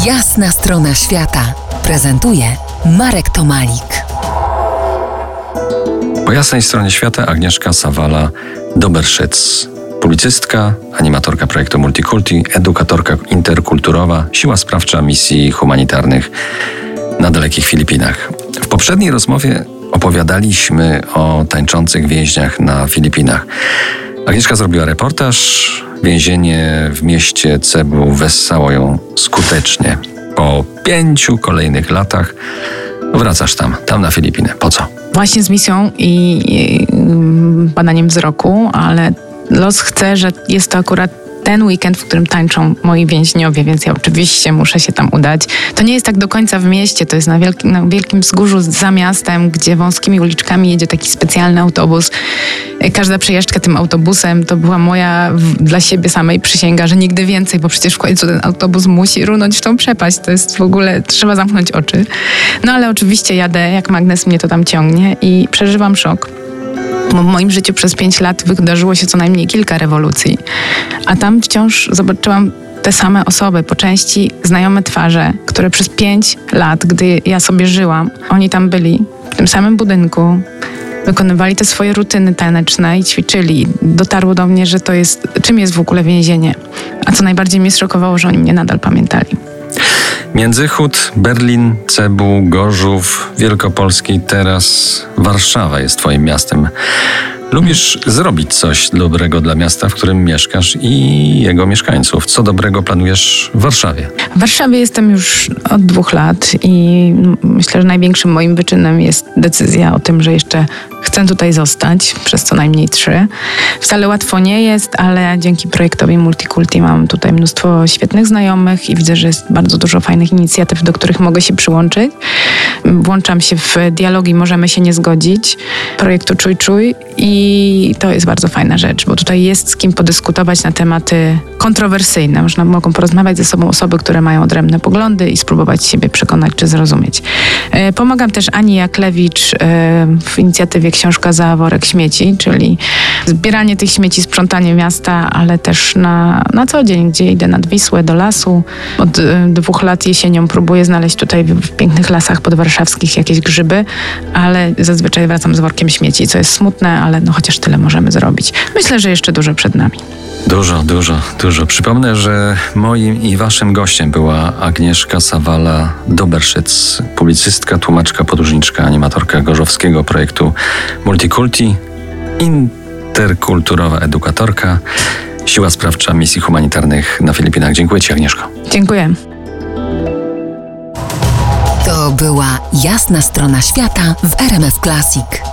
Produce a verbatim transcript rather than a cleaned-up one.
Jasna strona świata prezentuje Marek Tomalik. Po jasnej stronie świata Agnieszka Sawala-Doberszyc. Publicystka, animatorka projektu Multikulti, edukatorka interkulturowa, siła sprawcza misji humanitarnych na dalekich Filipinach. W poprzedniej rozmowie opowiadaliśmy o tańczących więźniach na Filipinach. Agnieszka zrobiła reportaż. Więzienie w mieście Cebu wessało ją skutecznie. Po pięciu kolejnych latach wracasz tam, tam na Filipiny. Po co? Właśnie z misją i, i badaniem wzroku, ale los chce, że jest to akurat ten weekend, w którym tańczą moi więźniowie, więc ja oczywiście muszę się tam udać. To nie jest tak do końca w mieście, to jest na wielkim, na wielkim wzgórzu za miastem, gdzie wąskimi uliczkami jedzie taki specjalny autobus. Każda przejażdżka tym autobusem to była moja w, dla siebie samej przysięga, że nigdy więcej, bo przecież w końcu ten autobus musi runąć w tą przepaść. To jest w ogóle, trzeba zamknąć oczy. No ale oczywiście jadę, jak magnes mnie to tam ciągnie i przeżywam szok. Bo w moim życiu przez pięć lat wydarzyło się co najmniej kilka rewolucji, a tam wciąż zobaczyłam te same osoby, po części znajome twarze, które przez pięć lat, gdy ja sobie żyłam, oni tam byli, w tym samym budynku, wykonywali te swoje rutyny taneczne i ćwiczyli. Dotarło do mnie, że to jest, czym jest w ogóle więzienie. A co najbardziej mnie zszokowało, że oni mnie nadal pamiętali. Międzychód, Berlin, Cebu, Gorzów, Wielkopolski, teraz Warszawa jest twoim miastem. Lubisz zrobić coś dobrego dla miasta, w którym mieszkasz i jego mieszkańców. Co dobrego planujesz w Warszawie? W Warszawie jestem już od dwóch lat i myślę, że największym moim wyczynem jest decyzja o tym, że jeszcze chcę tutaj zostać przez co najmniej trzy. Wcale łatwo nie jest, ale dzięki projektowi Multikulti mam tutaj mnóstwo świetnych znajomych i widzę, że jest bardzo dużo fajnych inicjatyw, do których mogę się przyłączyć. Włączam się w dialogi Możemy się nie zgodzić projektu Czuj Czuj i to jest bardzo fajna rzecz, bo tutaj jest z kim podyskutować na tematy kontrowersyjne. Można, mogą porozmawiać ze sobą osoby, które mają odrębne poglądy i spróbować siebie przekonać czy zrozumieć. Pomagam też Ani Jaklewicz w inicjatywie Książka za worek śmieci, czyli zbieranie tych śmieci, sprzątanie miasta, ale też na, na co dzień, gdzie idę nad Wisłę, do lasu. Od dwóch lat jesienią próbuję znaleźć tutaj w pięknych lasach podwarszawskich jakieś grzyby, ale zazwyczaj wracam z workiem śmieci, co jest smutne, ale no chociaż tyle możemy zrobić. Myślę, że jeszcze dużo przed nami. Dużo, dużo, dużo. Przypomnę, że moim i waszym gościem była Agnieszka Sawala-Doberszyc, publicystka, tłumaczka, podróżniczka, animatorka gorzowskiego projektu Multikulti, interkulturowa edukatorka, siła sprawcza misji humanitarnych na Filipinach. Dziękuję ci, Agnieszko. Dziękuję. To była Jasna strona świata w R M F Classic.